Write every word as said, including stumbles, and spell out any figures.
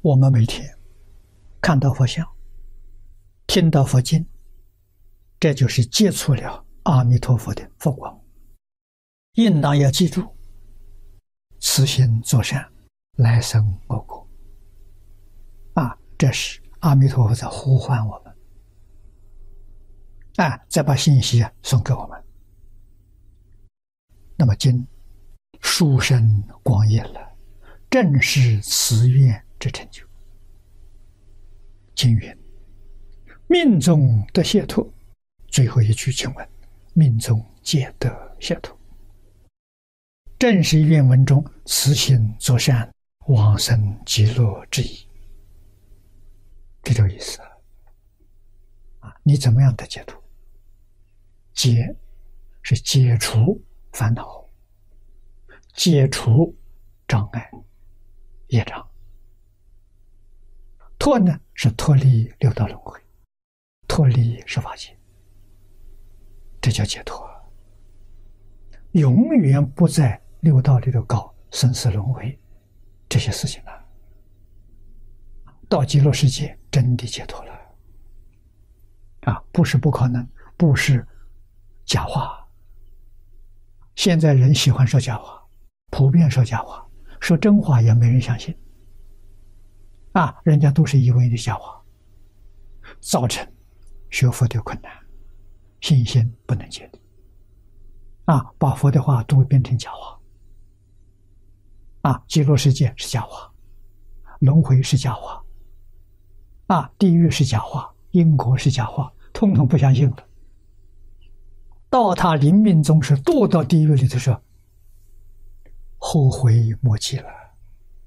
我们每天看到佛像，听到佛经，这就是接触了阿弥陀佛的佛光。应当要记住，慈心作善，来生我国。啊，这是阿弥陀佛在呼唤我们，啊，再把信息送给我们。那么今殊胜光阴了，正是慈愿之成就。经云：命中得解脱。最后一句，请问命中皆得解脱，正是愿文中慈心作善，往生极乐之意。这个意思啊！你怎么样的解脱？解是解除烦恼，解除障碍业障。脱呢是脱离六道轮回，脱离十法界，这叫解脱，永远不在六道里头搞生死轮回这些事情了。到极乐世界真的解脱了啊！不是不可能，不是假话。现在人喜欢说假话，普遍说假话，说真话也没人相信啊！人家都是以为的假话，造成学佛的困难，信心不能建立啊！把佛的话都变成假话啊！极乐世界是假话，轮回是假话啊！地狱是假话，因果是假话，统统不相信了。到他临命终时堕到地狱里的时候，后悔莫及了。